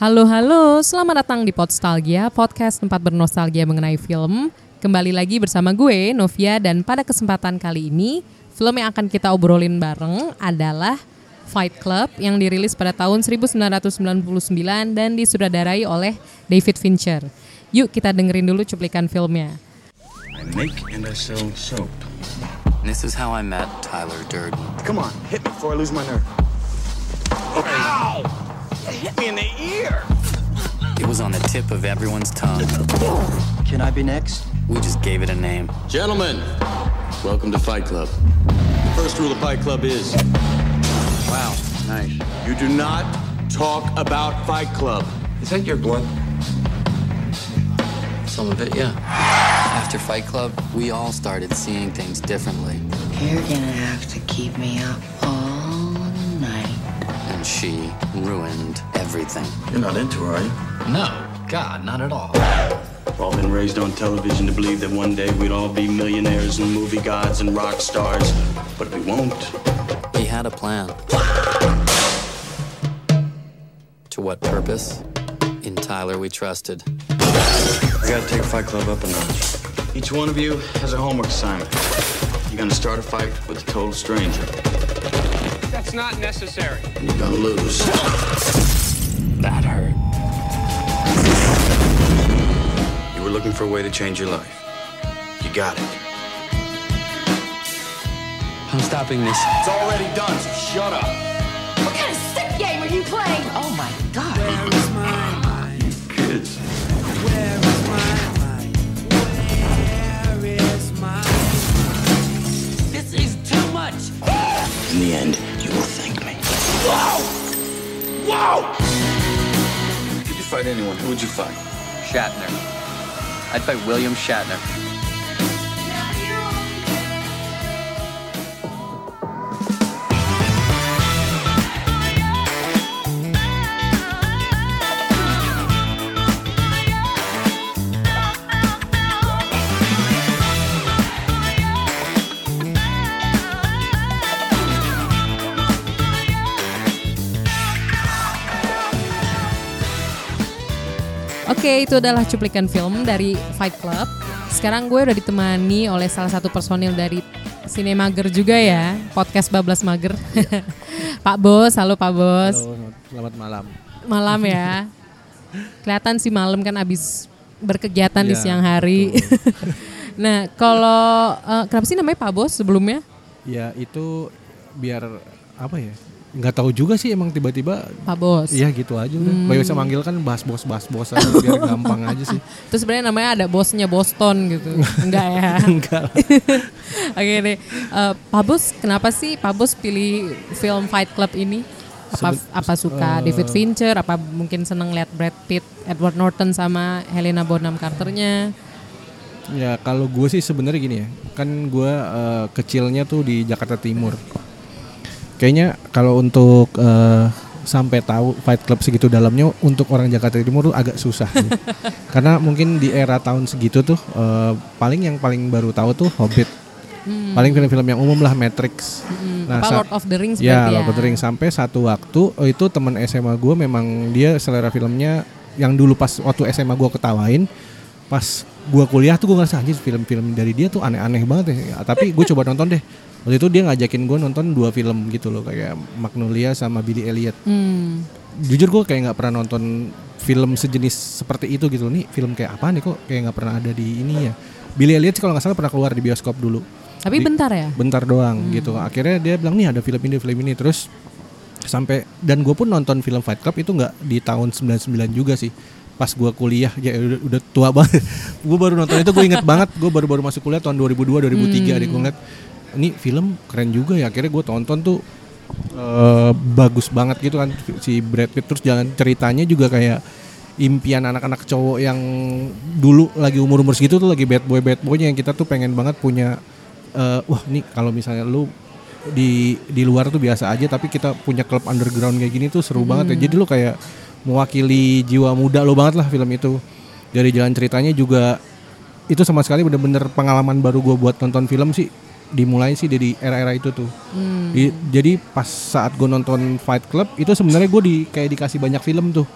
Halo, selamat datang di Podstalgia, podcast tempat bernostalgia mengenai film. Kembali lagi bersama gue, Novia, dan pada kesempatan kali ini, film yang akan kita obrolin bareng adalah Fight Club yang dirilis pada tahun 1999 dan disutradarai oleh David Fincher. Yuk kita dengerin dulu cuplikan filmnya. I make and I sell soap. This is how I met Tyler Durden. Come on, hit me before I lose my nerve. Ow! Hit me in the ear! It was on the tip of everyone's tongue. Can I be next? We just gave it a name. Gentlemen, welcome to Fight Club. The first rule of Fight Club is... Wow, nice. You do not talk about Fight Club. Is that your blood? Some of it, yeah. After Fight Club, we all started seeing things differently. You're gonna have to keep me up all night. And she ruined everything. You're not into her, are you? No, God, not at all. We've all been raised on television to believe that one day we'd all be millionaires and movie gods and rock stars, but we won't. He had a plan. To what purpose? In Tyler we trusted. I gotta take Fight Club up a notch. Each one of you has a homework assignment. You're gonna start a fight with a total stranger. That's not necessary. And you're gonna lose. That hurt. You were looking for a way to change your life. You got it. I'm stopping this. It's already done, so shut up. What kind of sick game are you playing? Oh my God. Kids. This is too much. In the end, you will thank me. Wow! Wow! If you fight anyone, who would you fight? Shatner. I'd fight William Shatner. Oke, itu adalah cuplikan film dari Fight Club. Sekarang gue udah ditemani oleh salah satu personil dari Sinemager juga ya, podcast Bablas Mager. Pak Bos, halo Pak Bos. Halo, selamat malam. Malam ya. Kelihatan sih malam kan abis berkegiatan di siang hari. Nah, kalau kenapa sih namanya Pak Bos sebelumnya? Ya itu biar apa ya? Nggak tahu juga sih, emang tiba-tiba Pak Bos. Iya gitu aja udah. Biasa manggil kan bahas bos aja biar gampang aja sih. Terus sebenarnya namanya ada bosnya Boston gitu. Enggak ya? Enggak. Oke deh. Pak Bos, kenapa sih Pak Bos pilih film Fight Club ini? Apa suka David Fincher? Apa mungkin seneng lihat Brad Pitt, Edward Norton sama Helena Bonham Carter-nya? Ya kalau gue sih sebenarnya gini ya. Kan gue kecilnya tuh di Jakarta Timur. Kayaknya kalau untuk sampai tahu Fight Club segitu dalamnya untuk orang Jakarta Timur tuh agak susah. Karena mungkin di era tahun segitu tuh yang paling baru tahu tuh Hobbit. Paling film-film yang umum lah, Matrix. Nah, Lord of the Rings ya, berarti ya. Lord of the Rings. Sampai satu waktu itu teman SMA gue memang dia selera filmnya yang dulu pas waktu SMA gue ketawain. Pas gue kuliah tuh gue ngerasa anjir film-film dari dia tuh aneh-aneh banget ya. Tapi gue coba nonton deh. Waktu itu dia ngajakin gue nonton 2 film gitu loh, kayak Magnolia sama Billy Elliot. Jujur gue kayak nggak pernah nonton film sejenis seperti itu gitu loh. Nih film kayak apa nih kok kayak nggak pernah ada di ini ya. Billy Elliot sih kalau nggak salah pernah keluar di bioskop dulu. Tapi bentar ya? Bentar doang gitu. Akhirnya dia bilang nih ada film ini terus sampai, dan gue pun nonton film Fight Club itu nggak di tahun 99 juga sih. Pas gue kuliah ya udah tua banget. Gue baru nonton itu, gue inget banget. Gue baru masuk kuliah tahun 2002 2003 deh gue ngeliat. Ini film keren juga ya, akhirnya gue tonton tuh bagus banget gitu kan si Brad Pitt. Terus jalan ceritanya juga kayak impian anak-anak cowok yang dulu lagi umur-umur segitu tuh, lagi bad boynya yang kita tuh pengen banget punya. Wah nih kalau misalnya lu di luar tuh biasa aja, tapi kita punya klub underground kayak gini tuh seru banget ya. Jadi lu kayak mewakili jiwa muda lo banget lah film itu. Dari jalan ceritanya juga itu sama sekali bener-bener pengalaman baru gue buat nonton film sih. Dimulai sih dari era-era itu tuh. Jadi pas saat gue nonton Fight Club itu sebenarnya gue kayak dikasih banyak film tuh.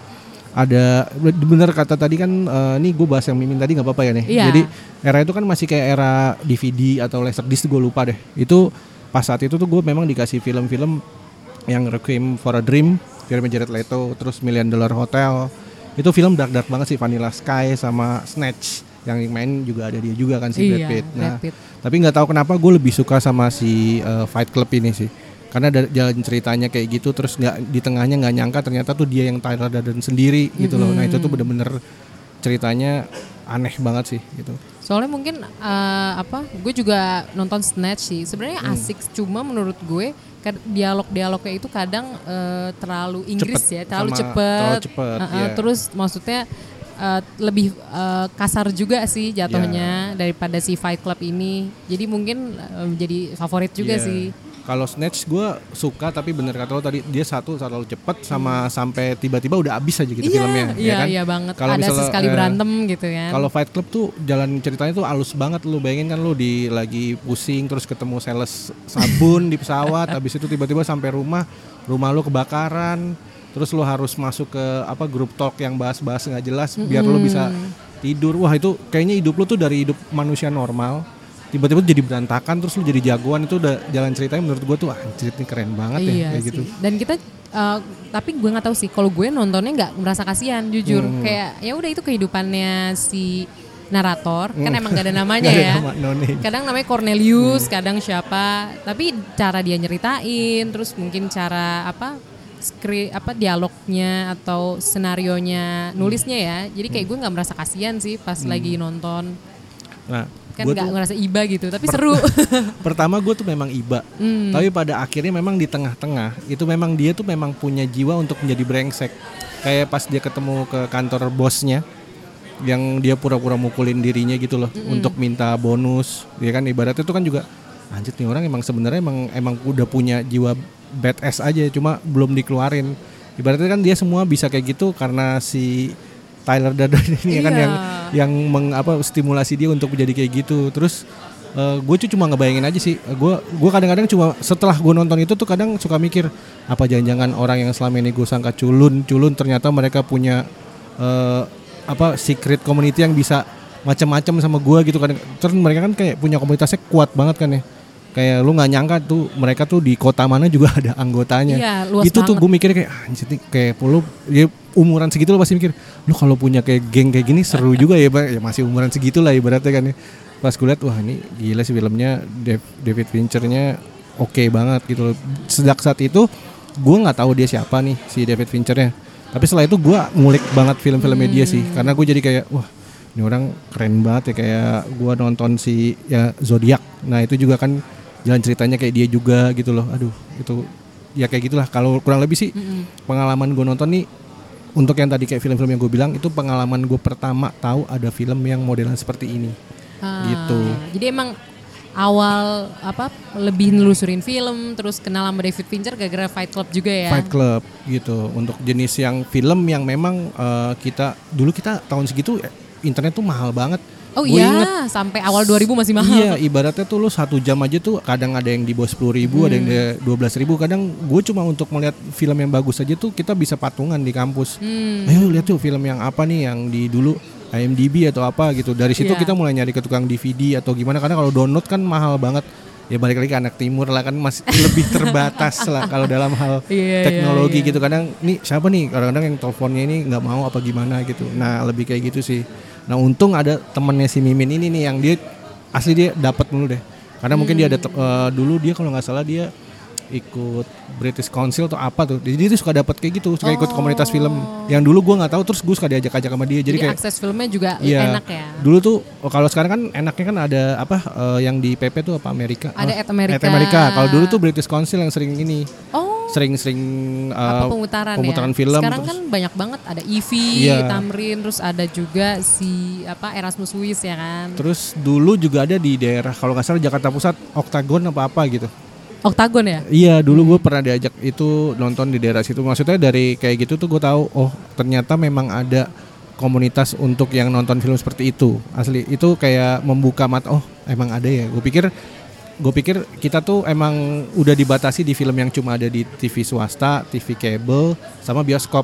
ada bener kata tadi kan, ini gue bahas yang Mimin tadi nggak apa-apa ya nih. Iya. Jadi era itu kan masih kayak era DVD atau laserdisc, gue lupa deh. Itu pas saat itu tuh gue memang dikasih film-film yang Requiem for a Dream, filmnya Jared Leto, terus $1 Million Hotel. Itu film dark banget sih, Vanilla Sky sama Snatch yang main juga ada dia juga kan si Brad Pitt. Nah, tapi nggak tahu kenapa gue lebih suka sama si Fight Club ini sih. Karena jalan ceritanya kayak gitu, terus nggak di tengahnya nggak nyangka ternyata tuh dia yang Tyler Durden sendiri gitu loh. Nah itu tuh bener-bener ceritanya aneh banget sih gitu. Soalnya mungkin gue juga nonton Snatch sih. Sebenarnya asik, cuma menurut gue dialog-dialognya itu kadang terlalu Inggris cepet, terlalu cepet. Yeah. Terus maksudnya lebih kasar juga sih jatuhnya daripada si Fight Club ini. Jadi mungkin jadi favorit juga sih. Kalau Snatch gue suka, tapi bener kata lo tadi, dia terlalu cepet sama sampai tiba-tiba udah abis aja gitu filmnya. Iya, kan? iya banget. Kalo ada misalnya, sekali berantem gitu kan. Kalau Fight Club tuh jalan ceritanya tuh halus banget. Lu bayangin kan lu lagi pusing terus ketemu sales sabun di pesawat, abis itu tiba-tiba sampai rumah lu kebakaran, terus lu harus masuk ke grup talk yang bahas-bahas nggak jelas biar lu bisa tidur. Wah itu kayaknya hidup lu tuh dari hidup manusia normal tiba-tiba jadi berantakan, terus lu jadi jagoan. Itu udah jalan ceritanya menurut gue tuh anjir ini keren banget ya kayak gitu. Dan kita tapi gue nggak tahu sih, kalau gue nontonnya nggak merasa kasihan jujur. Kayak ya udah itu kehidupannya si narator, kan emang gak ada namanya ya. Kadang namanya Cornelius, kadang siapa. Tapi cara dia nyeritain, terus mungkin cara dialognya atau senarionya nulisnya ya. Jadi kayak gue nggak merasa kasihan sih pas lagi nonton. Nah, kan nggak ngerasa iba gitu, tapi seru. Pertama gue tuh memang iba, tapi pada akhirnya memang di tengah-tengah itu memang dia tuh memang punya jiwa untuk menjadi brengsek. Kayak pas dia ketemu ke kantor bosnya, yang dia pura-pura mukulin dirinya gitu loh untuk minta bonus. Dia kan ibaratnya itu kan juga anjir nih orang emang sebenarnya emang udah punya jiwa badass aja, cuma belum dikeluarin. Ibaratnya kan dia semua bisa kayak gitu karena si Tyler Durden ini kan yang stimulasi dia untuk menjadi kayak gitu. Terus gue tuh cuma ngebayangin aja sih. Gue kadang-kadang cuma setelah gue nonton itu tuh kadang suka mikir apa jangan-jangan orang yang selama ini gue sangka culun ternyata mereka punya secret community yang bisa macam-macam sama gue gitu kan. Terus mereka kan kayak punya komunitasnya kuat banget kan ya. Kayak lu nggak nyangka tuh mereka tuh di kota mana juga ada anggotanya. Iya, luas itu banget. Tuh gue mikirnya kayak anjir nih kayak lu ya umuran segitu lu pasti mikir lu kalau punya kayak geng kayak gini seru juga ya, ya masih umuran segitu lah ibaratnya kan ya. Pas gue liat wah ini gila sih filmnya, David Fincher-nya oke banget gitu loh. Sejak saat itu gue nggak tahu dia siapa nih si David Fincher-nya. Tapi setelah itu gue ngulik banget film-filmnya dia sih, karena gue jadi kayak wah ini orang keren banget ya. Kayak gue nonton si Zodiac, nah itu juga kan jalan ceritanya kayak dia juga gitu loh. Aduh itu ya kayak gitulah kalau kurang lebih sih. Pengalaman gue nonton nih untuk yang tadi kayak film-film yang gue bilang itu pengalaman gue pertama tahu ada film yang modelan seperti ini gitu. Jadi emang awal lebih nelusurin film, terus kenal sama David Fincher gara-gara Fight Club juga ya. Fight Club gitu, untuk jenis yang film yang memang kita tahun segitu internet tuh mahal banget. Oh iya, sampai awal 2000 masih mahal. Iya, ibaratnya tuh lu 1 jam aja tuh kadang ada yang di bawah 10.000, ada yang di 12.000. Kadang gue cuma untuk melihat film yang bagus aja tuh kita bisa patungan di kampus. Ayo lihat tuh film yang apa nih yang di dulu IMDb atau apa gitu. Dari situ kita mulai nyari ke tukang DVD atau gimana, karena kalau download kan mahal banget. Ya balik lagi ke anak timur lah kan, masih lebih terbatas lah kalau dalam hal teknologi gitu. Kadang nih siapa nih, kadang-kadang yang teleponnya ini nggak mau apa gimana gitu. Nah lebih kayak gitu sih. Nah untung ada temennya si Mimin ini nih yang dia asli dia dapat dulu deh. Karena mungkin dia ada dulu dia kalau nggak salah dia ikut British Council atau apa tuh. Jadi dia suka dapat kayak gitu, suka ikut komunitas film. Yang dulu gue nggak tahu, terus gue suka diajak-ajak sama dia. Jadi kayak akses filmnya juga enak ya. Dulu tuh kalau sekarang kan enaknya kan ada yang di PP tuh apa Amerika. Ada At America. At America. Kalau dulu tuh British Council yang sering ini. Sering-sering pemutaran film. Sekarang kan banyak banget, ada Ivy, Tamrin, terus ada juga si Erasmus Wiss ya kan. Terus dulu juga ada di daerah kalau nggak salah Jakarta Pusat, Octagon apa gitu. Octagon ya? Iya, dulu gue pernah diajak itu nonton di daerah situ. Maksudnya dari kayak gitu tuh gue tahu, oh ternyata memang ada komunitas untuk yang nonton film seperti itu. Asli itu kayak membuka mata, oh emang ada ya. Gue pikir kita tuh emang udah dibatasi di film yang cuma ada di TV swasta, TV kabel, sama bioskop.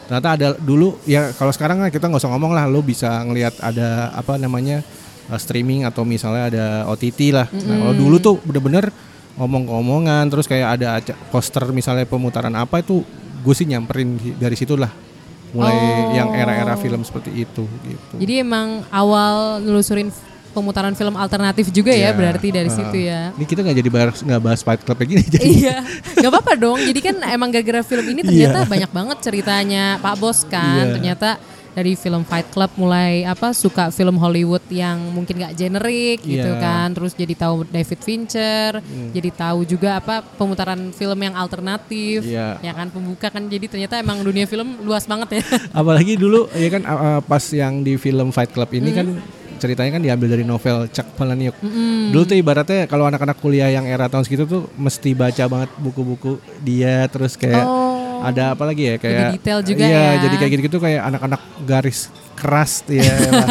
Ternyata ada dulu ya, kalau sekarang kan kita nggak usah ngomong lah, lo bisa ngelihat ada apa namanya streaming atau misalnya ada OTT lah. Nah, kalau dulu tuh bener-bener ngomong-ngomongan, terus kayak ada poster misalnya pemutaran apa, itu gue sih nyamperin dari situ lah. Mulai yang era-era film seperti itu gitu. Jadi emang awal nelusurin pemutaran film alternatif juga ya berarti dari situ ya. Ini kita nggak jadi bahas Fight Club kayak gini. Jadi. Iya, nggak apa-apa dong. Jadi kan emang gara-gara film ini ternyata banyak banget ceritanya Pak Bos kan. Ternyata dari film Fight Club mulai suka film Hollywood yang mungkin nggak generik gitu kan. Terus jadi tahu David Fincher, jadi tahu juga pemutaran film yang alternatif. Ya kan, pembuka kan. Jadi ternyata emang dunia film luas banget ya. Apalagi dulu ya kan pas yang di film Fight Club ini kan ceritanya kan diambil dari novel Chuck Palahniuk. Dulu tuh ibaratnya kalau anak-anak kuliah yang era tahun segitu tuh mesti baca banget buku-buku dia, terus kayak ada apa lagi ya, kayak lebih detail juga ya. Jadi kayak gitu kayak anak-anak garis keras ya.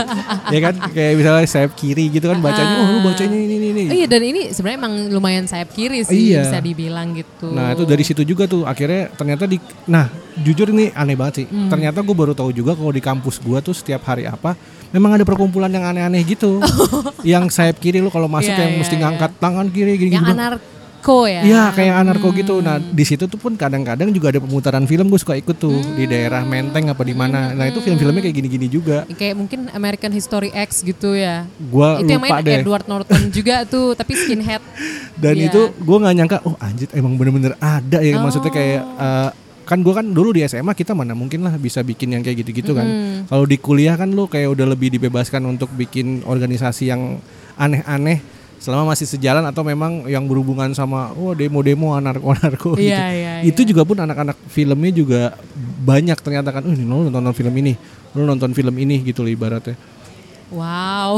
Ya kan kayak misalnya sayap kiri gitu kan bacanya, lu bacanya ini. Iya, dan ini sebenarnya emang lumayan sayap kiri sih bisa dibilang gitu. Nah, itu dari situ juga tuh akhirnya ternyata jujur ini aneh banget sih. Ternyata gue baru tahu juga kalau di kampus gue tuh setiap hari memang ada perkumpulan yang aneh-aneh gitu. Yang sayap kiri lu kalau masuk yang mesti ngangkat tangan kiri gini. Yang anarko ya. Iya, kayak anarko gitu. Nah, di situ tuh pun kadang-kadang juga ada pemutaran film, gue suka ikut tuh di daerah Menteng apa di mana. Nah, itu film-filmnya kayak gini-gini juga. Kayak mungkin American History X gitu ya. Gua itu lupa yang main deh. Edward Norton juga tuh, tapi skinhead. Dan itu gue nggak nyangka, anjir emang bener-bener ada ya. Maksudnya kayak kan gue kan dulu di SMA kita mana mungkin lah bisa bikin yang kayak gitu-gitu kan. Kalau di kuliah kan lu kayak udah lebih dibebaskan untuk bikin organisasi yang aneh-aneh selama masih sejalan atau memang yang berhubungan sama demo-demo anarko-anarko gitu. Itu juga pun anak-anak filmnya juga banyak ternyata kan. Ini lu nonton film ini, lu nonton film ini gitu loh ibaratnya. Wow.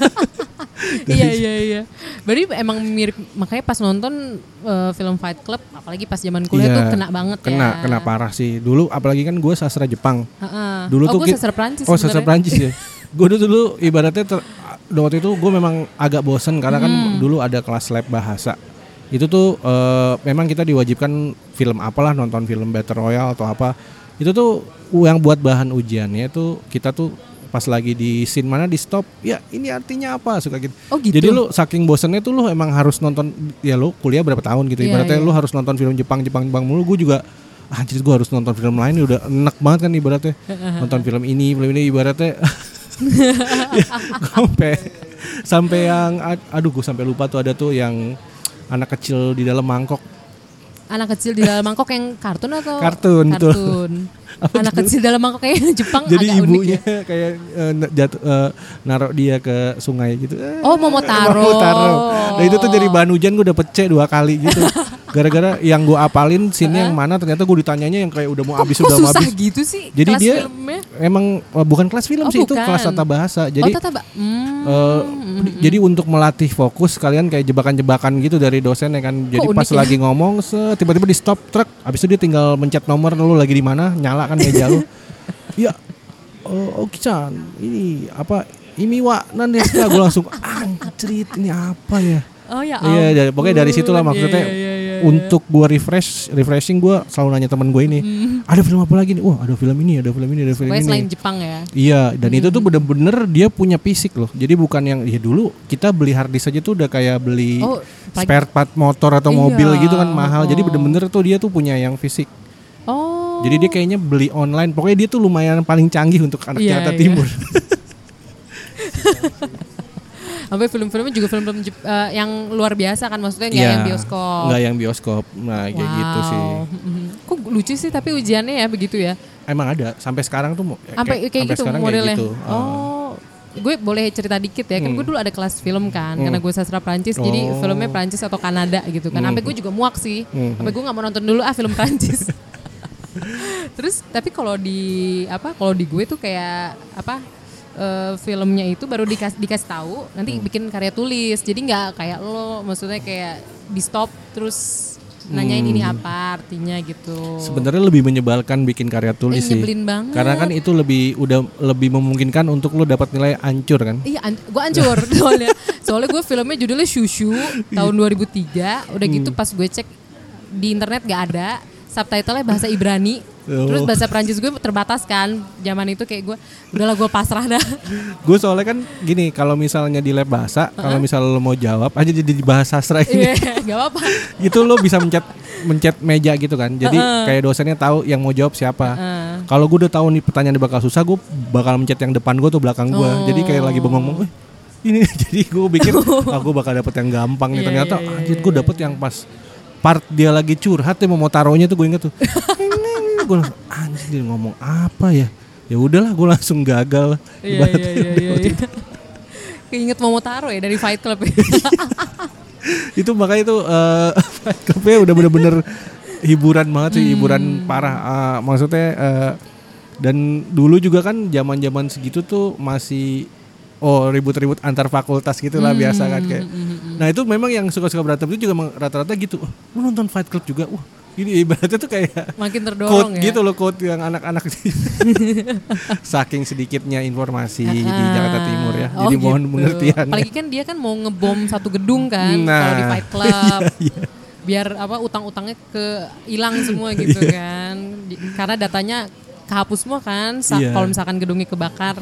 Iya. Berarti emang mirip, makanya pas nonton film Fight Club, apalagi pas zaman kuliah tuh kena banget ya. Kena parah sih. Dulu apalagi kan gue sastra Jepang. Dulu tuh gue sastra Prancis. Sastra Prancis ya. Gue dulu ibaratnya waktu itu gue memang agak bosen karena kan dulu ada kelas lab bahasa. Itu tuh memang kita diwajibkan film apalah, nonton film Battle Royale atau apa. Itu tuh yang buat bahan ujiannya tuh kita tuh pas lagi di scene mana di stop, ya ini artinya apa, suka gitu. Jadi lu saking bosennya tuh lu emang harus nonton, ya lu kuliah berapa tahun gitu, ibaratnya lu harus nonton film Jepang mulu. Gue juga anjir gue harus nonton film lain, udah enak banget kan ibaratnya. Nonton film ini ibaratnya. sampai yang gue sampai lupa tuh ada tuh yang anak kecil di dalam mangkok. Anak kecil di dalam mangkok yang kartun atau? Kartun. Betul. Anak kecil dalam mangkok kayak Jepang. Jadi agak ibunya unik ya? kayak naruh dia ke sungai gitu. Momotaro. Nah itu tuh dari bahan hujan gue udah pecah 2 kali gitu. Gara-gara yang gue apalin scene-nya yang mana, ternyata gue ditanyanya yang kayak udah mau habis. Kok susah gitu sih? Jadi kelas dia filmnya? emang bukan kelas film sih, itu kelas tata bahasa. Jadi jadi untuk melatih fokus kalian kayak jebakan-jebakan gitu dari dosen ya kan. Jadi pas lagi ngomong tiba-tiba di stop truk, habis itu dia tinggal mencet nomor, lu lagi di mana, nyala kan meja lu. Ya, Oki-chan, ini apa? Imiwa nanti gue langsung anjrit ini apa ya? Oh ya. Iya, pokoknya dari situlah maksudnya. Untuk gue refreshing gue selalu nanya teman gue ini, ada film apa lagi nih? Wah, ada film ini. Pokoknya selain Jepang ya. Iya, dan itu tuh bener-bener dia punya fisik loh. Jadi bukan yang dulu kita beli hard disk aja tuh udah kayak beli spare part motor atau mobil gitu kan mahal. Jadi bener-bener tuh dia tuh punya yang fisik. Jadi dia kayaknya beli online. Pokoknya dia tuh lumayan paling canggih untuk anak Jakarta Timur. Sampai film-filmnya juga film-film yang luar biasa kan, maksudnya nggak yang bioskop. Nggak yang bioskop, nah kayak gitu sih. Kok lucu sih tapi ujiannya ya begitu ya? Emang ada, sampai sekarang tuh kayak gitu modelnya. Kayak gitu. Gue boleh cerita dikit ya, kan gue dulu ada kelas film kan, karena gue sastra Prancis, jadi filmnya Prancis atau Kanada gitu kan. Sampai gue juga muak sih, sampai gue nggak mau nonton dulu film Prancis. Terus tapi kalau di gue tuh kayak filmnya itu baru dikasih tahu nanti bikin karya tulis, jadi nggak kayak lo, maksudnya kayak di stop terus nanyain ini apa artinya gitu. Sebenarnya lebih menyebalkan bikin karya tulis sih. Nyebelin banget. Karena kan itu lebih memungkinkan untuk lo dapat nilai hancur kan. Iya, gue hancur soalnya gue filmnya judulnya Shushu tahun 2003, udah gitu pas gue cek di internet nggak ada subtitlenya bahasa Ibrani. Terus bahasa Prancis gue terbatas kan. Zaman itu kayak gue udahlah gue pasrah dah. Gue soalnya kan gini, kalau misalnya di lab bahasa, kalau misalnya lo mau jawab aja jadi di bahasa sastra ini. Iya, enggak apa-apa. Itu lo bisa mencet meja gitu kan. Jadi kayak dosennya tahu yang mau jawab siapa. Kalau gue udah tahu nih pertanyaan bakal susah, gue bakal mencet yang depan gue tuh belakang gue. Jadi kayak lagi bengong, ini jadi gue pikir aku bakal dapet yang gampang nih. Ternyata anjir gue dapet yang pas part dia lagi curhat ya mau taruhnya tuh gue inget tuh. Gue langsung anjir ngomong apa ya? Ya udahlah gue langsung gagal. Iya. Keinget Momotaro ya dari Fight Club. Itu makanya itu Fight Club-nya udah bener-bener hiburan banget sih, hiburan parah. Maksudnya dan dulu juga kan zaman-zaman segitu tuh masih ribut-ribut antar fakultas gitu lah biasa kan kayak. Nah itu memang yang suka-suka berantem itu juga rata-rata gitu. Lu nonton Fight Club juga? Wah, ini ibaratnya tuh kayak makin terdorong quote gitu loh, quote yang anak-anak saking sedikitnya informasi di Jakarta Timur ya. Jadi mohon pengertian. Apalagi kan dia kan mau ngebom satu gedung kan kalau di Fight Club. Iya. Biar utang-utangnya hilang semua gitu kan. Karena datanya kehapus semua kan kalau misalkan gedungnya kebakar.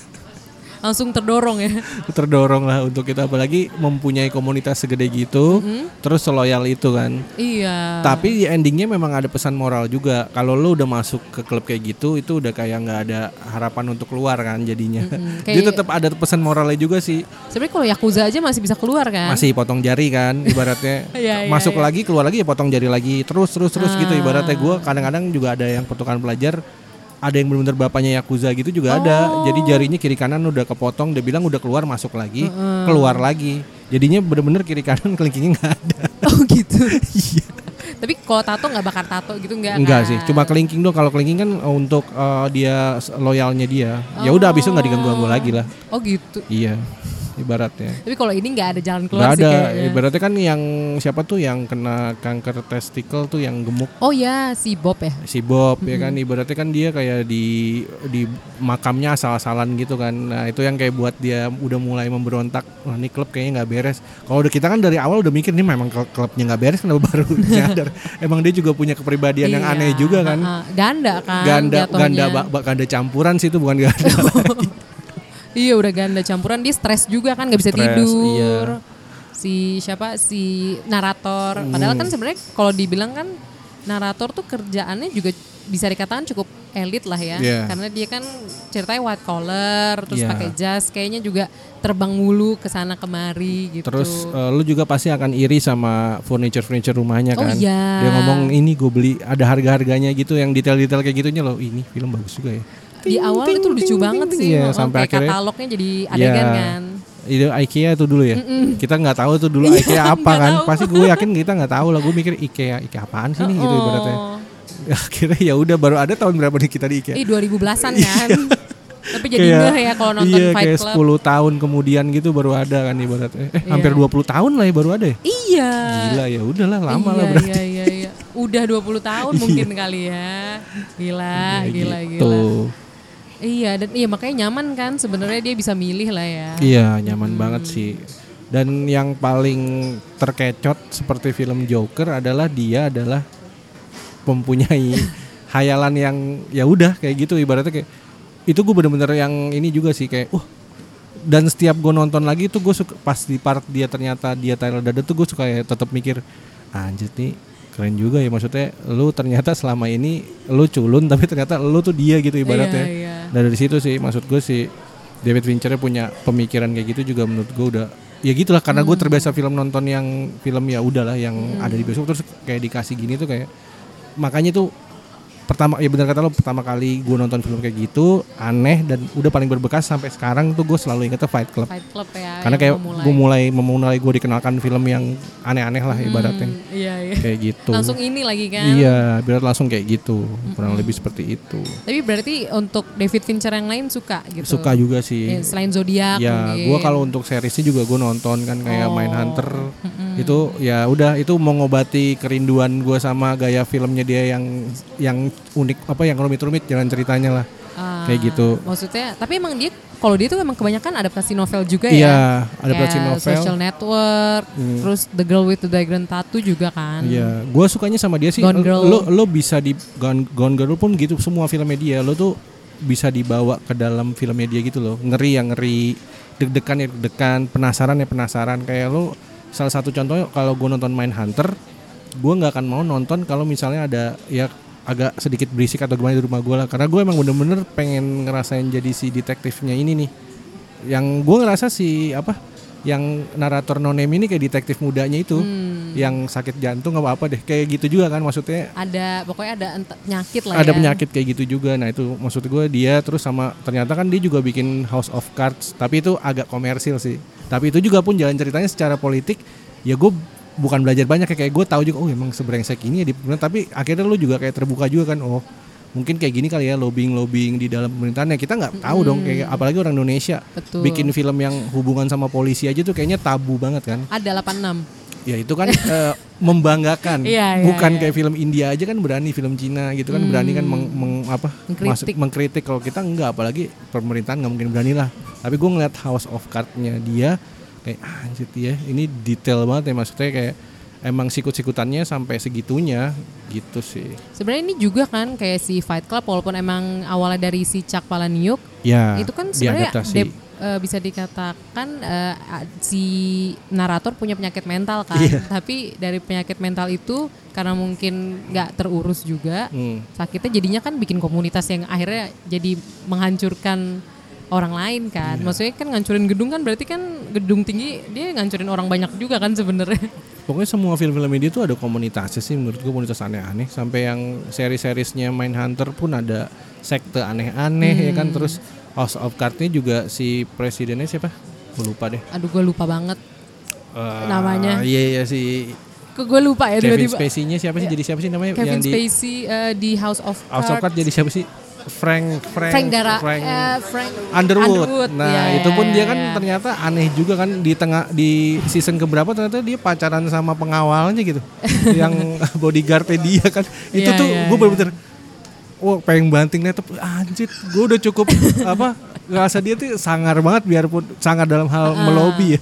Langsung terdorong ya. Terdorong lah untuk kita, apalagi mempunyai komunitas segede gitu, terus seloyal itu kan. Iya. Tapi di endingnya memang ada pesan moral juga. Kalau lo udah masuk ke klub kayak gitu, itu udah kayak nggak ada harapan untuk keluar kan jadinya. Jadi tetap ada pesan moralnya juga sih. Sebenarnya kalau Yakuza aja masih bisa keluar kan? Masih potong jari kan, ibaratnya. Masuk lagi, keluar lagi ya potong jari lagi, terus gitu ibaratnya. Gue kadang-kadang juga ada yang pertukaran pelajar. Ada yang benar-benar bapaknya Yakuza gitu juga ada. Jadi jarinya kiri kanan udah kepotong, dia bilang udah keluar masuk lagi, keluar lagi. Jadinya benar-benar kiri kanan kelingkingnya nggak ada. Oh gitu. Iya. Tapi kalau tato nggak bakar tato gitu nggak? Enggak sih, cuma kelingking doang. Kalau kelingking kan untuk dia loyalnya dia. Ya udah abis itu nggak diganggu-ganggu lagi lah. Oh gitu. Iya. Ibaratnya. Tapi kalau ini nggak ada jalan keluar gak sih ada. kayaknya. Ibaratnya kan yang siapa tuh yang kena kanker testikel tuh yang gemuk. Oh ya si Bob ya. Si Bob ya kan, ibaratnya kan dia kayak di makamnya asal-asalan gitu kan. Nah itu yang kayak buat dia udah mulai memberontak. Wah ini klub kayaknya nggak beres. Kalau udah kita kan dari awal udah mikir nih memang klubnya nggak beres, kenapa baru nyadar. Emang dia juga punya kepribadian yang aneh juga kan. Ganda kan. Ganda campuran sih itu, bukan ganda lagi. Iya udah ganda campuran, dia stres juga kan, nggak bisa tidur. Iya. Si narator. Padahal kan sebenarnya kalau dibilang kan narator tuh kerjaannya juga bisa dikatakan cukup elit lah ya. Karena dia kan ceritanya white collar, terus pakai jas, kayaknya juga terbang mulu ke sana kemari gitu. Terus lu juga pasti akan iri sama furniture rumahnya kan. Oh iya. Dia ngomong ini gue beli ada harga-harganya gitu, yang detail-detail kayak gitunya loh. Ini film bagus juga ya. Di awal itu lucu banget sih, sampai kayak akhirnya katalognya jadi adegan kan. Itu IKEA itu dulu ya. Kita nggak tahu tuh dulu IKEA apa kan. Pasti gue yakin kita nggak tahu lah. Gue mikir IKEA apaan sih nih gitu ibaratnya. Akhirnya ya udah baru ada tahun berapa nih kita di IKEA. 2010-an kan. Tapi jadi enggak ya kalau nonton Fight kayak Club. 10 tahun kemudian gitu baru ada kan ibaratnya. Hampir 20 tahun lah ya baru ada ya. Iya. Gila ya udahlah lama lah berarti. Iya. Udah 20 tahun mungkin kali ya. Gila. Iya, dan makanya nyaman kan sebenarnya, dia bisa milih lah ya. Iya, nyaman banget sih. Dan yang paling terkecot seperti film Joker adalah dia adalah mempunyai hayalan yang ya udah kayak gitu, ibaratnya kayak itu gue bener-bener yang ini juga sih kayak dan setiap gue nonton lagi tuh gue suka pas di part dia ternyata dia Tyler Durden tuh gue suka ya tetap mikir anjir nih keren juga ya, maksudnya lu ternyata selama ini lu culun tapi ternyata lu tuh dia gitu ibaratnya. Iya. Dan dari situ sih maksud gue sih David Fincher punya pemikiran kayak gitu juga menurut gue udah ya gitulah, karena gue terbiasa nonton yang film ya udahlah yang ada di bioskop terus kayak dikasih gini tuh kayak makanya tuh pertama ya benar kata lo, pertama kali gue nonton film kayak gitu aneh dan udah paling berbekas sampai sekarang tuh gue selalu ingetnya Fight Club ya, karena kayak memulai gue dikenalkan film yang aneh-aneh lah ibaratnya. Iya. Kayak gitu langsung ini lagi kan. Iya biar langsung kayak gitu kurang lebih seperti itu. Tapi berarti untuk David Fincher yang lain suka gitu? Suka juga sih ya, selain Zodiac ya gue kalau untuk seriesnya juga gue nonton kan kayak Mindhunter itu ya udah itu mau ngobati kerinduan gue sama gaya filmnya dia yang unik apa yang rumit-rumit jalan ceritanya lah. Kayak gitu. Maksudnya, tapi emang dia kalau dia tuh emang kebanyakan adaptasi novel juga Iya, ya. adaptasi Kayak novel. Social Network, terus The Girl with the Dragon Tattoo juga kan. Iya, gue sukanya sama dia sih. Gone Girl. Lo bisa di Gone Girl pun gitu, semua filmnya dia lo tuh bisa dibawa ke dalam filmnya dia gitu loh. Ngeri ya ngeri, deg-degan ya deg-degan, penasaran ya penasaran. Kayak lo salah satu contohnya kalau gue nonton Mindhunter, gue nggak akan mau nonton kalau misalnya ada ya agak sedikit berisik atau gimana di rumah gue lah, karena gue emang bener-bener pengen ngerasain jadi si detektifnya ini nih. Yang gue ngerasa si yang narator No Name ini kayak detektif mudanya itu, yang sakit jantung apa deh, kayak gitu juga kan maksudnya. Pokoknya ada penyakit lah Ada ya. penyakit kayak gitu juga. Nah itu maksud gue dia, terus sama ternyata kan dia juga bikin House of Cards, tapi itu agak komersil sih. Tapi itu juga pun jalan ceritanya secara politik, ya gue bukan belajar banyak kayak gue tahu juga emang sebrengsek ini ya tapi akhirnya lu juga kayak terbuka juga kan, mungkin kayak gini kali ya lobbying di dalam pemerintahan, ya kita nggak tahu dong, kayak apalagi orang Indonesia. Betul. Bikin film yang hubungan sama polisi aja tuh kayaknya tabu banget kan. Ada 86. Ya itu kan membanggakan. Iya, Bukan iya. kayak film India aja kan berani, film Cina gitu kan berani kan mengkritik. Kalau kita enggak, apalagi pemerintahan nggak mungkin berani lah. Tapi gue ngeliat House of Cards-nya dia kayak anjir ya, ini detail banget ya, maksudnya kayak emang sikut-sikutannya sampai segitunya gitu sih. Sebenarnya ini juga kan kayak si Fight Club, walaupun emang awalnya dari si Chuck Palahniuk, Ya, itu kan sebenarnya diadaptasi. bisa dikatakan si narator punya penyakit mental kan. Iya. Tapi dari penyakit mental itu karena mungkin nggak terurus juga, sakitnya jadinya kan bikin komunitas yang akhirnya jadi menghancurkan orang lain kan. Maksudnya kan ngancurin gedung kan, berarti kan gedung tinggi dia ngancurin orang banyak juga kan sebenarnya. Pokoknya semua film-film dia tuh ada komunitasnya sih, menurut gue komunitas aneh-aneh. Sampai yang seri-serisnya Mindhunter pun ada sekte aneh-aneh ya kan. Terus House of Cards-nya juga si presidennya siapa? Gue lupa deh. Aduh gue lupa banget namanya. Iya si Gue lupa ya Kevin tiba-tiba. Spacey-nya siapa sih? Jadi siapa sih namanya? Kevin yang Spacey di House of Cards. House of Cards jadi siapa sih? Frank Underwood. Nah, ya, itu pun dia kan ya. ternyata aneh juga kan, di season keberapa ternyata dia pacaran sama pengawalnya gitu. Yang bodyguardnya dia kan. Itu Ya, tuh ya, gue bener-bener pengen banting laptop, anjir, gue udah cukup ngerasa dia tuh sangar banget, biarpun sangar dalam hal melobi ya.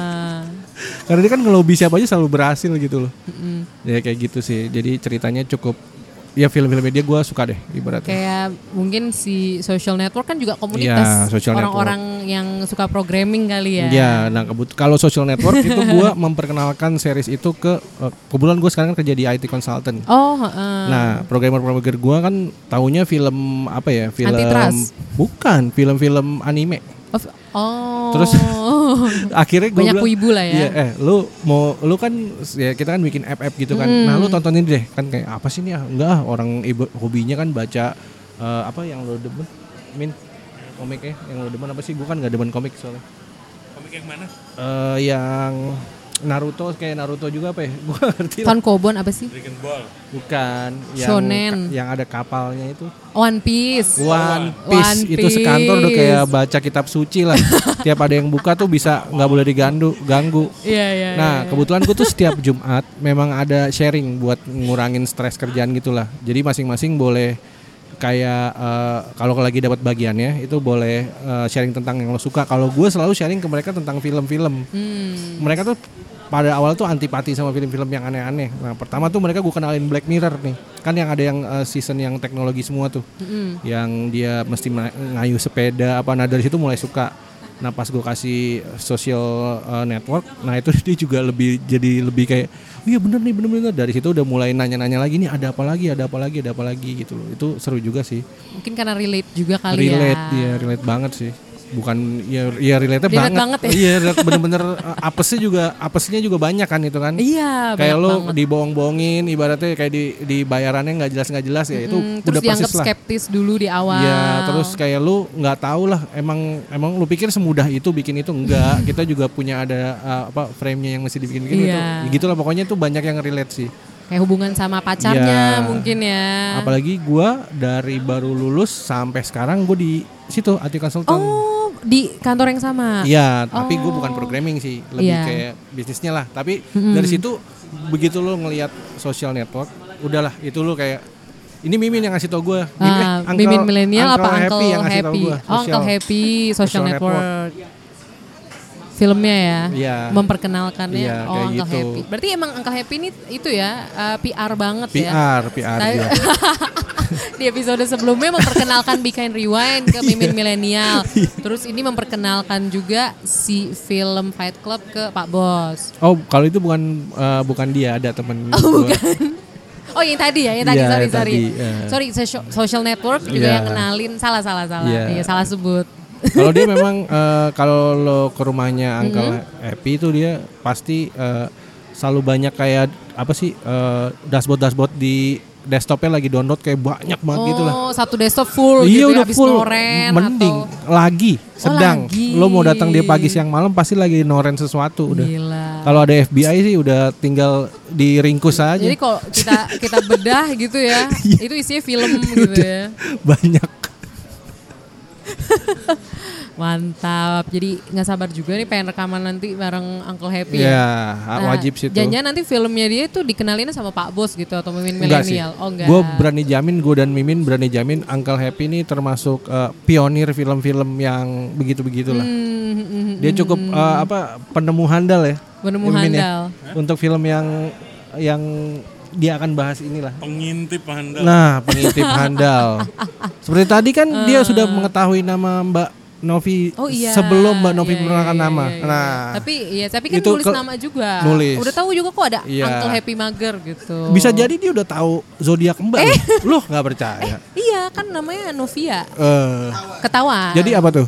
Karena dia kan ngelobi siapa aja selalu berhasil gitu loh. Ya kayak gitu sih. Jadi ceritanya cukup, ya film-filmnya dia gue suka deh ibaratnya. Kayak mungkin si Social Network kan juga komunitas Social orang-orang yang suka programming kali ya. Ya, nah kalau Social Network itu gue memperkenalkan series itu ke kebetulan gue sekarang kerja di IT consultant. Nah, programmer gue kan taunya film apa ya? Film Antitrust? Bukan, film-film anime. Terus akhirnya gue banyak bilang, wibu lah ya. Iya, lu kan ya kita kan bikin app gitu kan. Nah, lu tontonin deh kan, kayak apa sih nih? Enggak, orang hobinya kan baca apa yang lo demen? Komiknya yang lo demen apa sih? Gue kan enggak demen komik soalnya. Komik yang mana? Yang Naruto, kayak Naruto juga apa ya? Gue ngerti lah. Tankobon apa sih? Dragon Ball. Bukan, Shonen. yang ada kapalnya itu. One Piece. One Piece itu sekantor udah kayak baca kitab suci lah. Tiap ada yang buka tuh bisa, nggak boleh ganggu. Iya. Nah kebetulan gue tuh setiap Jumat memang ada sharing buat ngurangin stres kerjaan gitulah. Jadi masing-masing boleh kayak kalau lagi dapat bagiannya itu boleh sharing tentang yang lo suka. Kalau gue selalu sharing ke mereka tentang film-film. Mereka tuh pada awal tuh antipati sama film-film yang aneh-aneh. Nah pertama tuh mereka gue kenalin Black Mirror nih. Kan yang ada yang season yang teknologi semua tuh. Yang dia mesti ngayu sepeda apa. Nah dari situ mulai suka. Nah pas gue kasih Social Network, nah itu dia juga jadi lebih kayak, oh iya bener nih, bener. Dari situ udah mulai nanya-nanya lagi nih, ada apa lagi gitu loh. Itu seru juga sih. Mungkin karena relate juga kali Relate banget sih. Bukan ya relate banget ya. Iya, bener-bener apesnya juga banyak kan itu kan. Iya, kayak lo banget. dibohong-bohongin ibaratnya, kayak di bayarannya nggak jelas ya itu terus udah dianggap persis lah. skeptis dulu di awal. Ya, terus kayak lu nggak tahu lah, emang lu pikir semudah itu bikin itu, enggak. Kita juga punya ada frame-nya yang mesti dibikin itu. Ya, gitulah pokoknya tuh banyak yang relate sih. Kayak hubungan sama pacarnya mungkin ya. Apalagi gua dari baru lulus sampai sekarang gue di situ IT Consultant. Oh, di kantor yang sama. Iya, tapi gue bukan programming sih, lebih kayak bisnisnya lah. Tapi dari situ begitu lo ngelihat Social Network, udahlah itu lo kayak Ini Mimin yang ngasih tau gue. Mimin milenial apa Uncle Happy yang ngasih tau Happy? gue. Uncle Happy, Social Network. Filmnya ya, Iya. memperkenalkannya. Iya, kayak Uncle gitu. Happy. Berarti emang Uncle Happy ini itu ya PR banget ya. PR Nah, dia. di episode sebelumnya memperkenalkan Be Kind Rewind ke Mimin milenial. Terus ini memperkenalkan juga si film Fight Club ke Pak Bos. Oh, kalau itu bukan dia, ada temen Oh, gua. bukan. Oh, yang tadi ya, yang tadi, Iya, sorry. yang tadi, Sorry, Social Network juga Iya. yang kenalin, salah. Iya. Iya, salah sebut. Kalau dia memang kalau lo ke rumahnya Uncle Happy itu dia pasti selalu banyak kayak apa sih dashboard di desktopnya lagi download kayak banyak banget gitu lah. Oh, satu desktop full Iya gitu udah habis full, noren mending atau lagi sedang. lagi. Lo mau datang dia pagi siang malam pasti lagi noren sesuatu udah. Gila. Kalau ada FBI sih udah tinggal diringkus aja. Jadi kalau kita bedah gitu ya, itu isinya film gitu ya. Banyak. Mantap. Jadi nggak sabar juga nih pengen rekaman nanti bareng Uncle Happy Iya, ya. wajib sih itu. Jangan nanti filmnya dia itu dikenalinnya sama Pak Bos gitu atau Mimin Enggak sih. milenial. Oh enggak. Gue dan Mimin berani jamin Uncle Happy ini termasuk pionir film-film yang begitu-begitulah. Dia cukup penemu handal ya. Penemu Mimin handal. Ya. Untuk film yang dia akan bahas inilah. Pengintip handal. Nah, pengintip handal. Seperti tadi kan dia sudah mengetahui nama Mbak Novi sebelum Mbak Novi memperkenalkan nama. Iya. Nah, tapi kan itu nulis nama juga. Nulis. Udah tahu juga kok ada Iya. Uncle Happy Mager gitu. bisa jadi dia udah tahu zodiak Mbak. Loh, nggak percaya. Iya, kan namanya Novia. Eh, Ketawa. jadi apa tuh?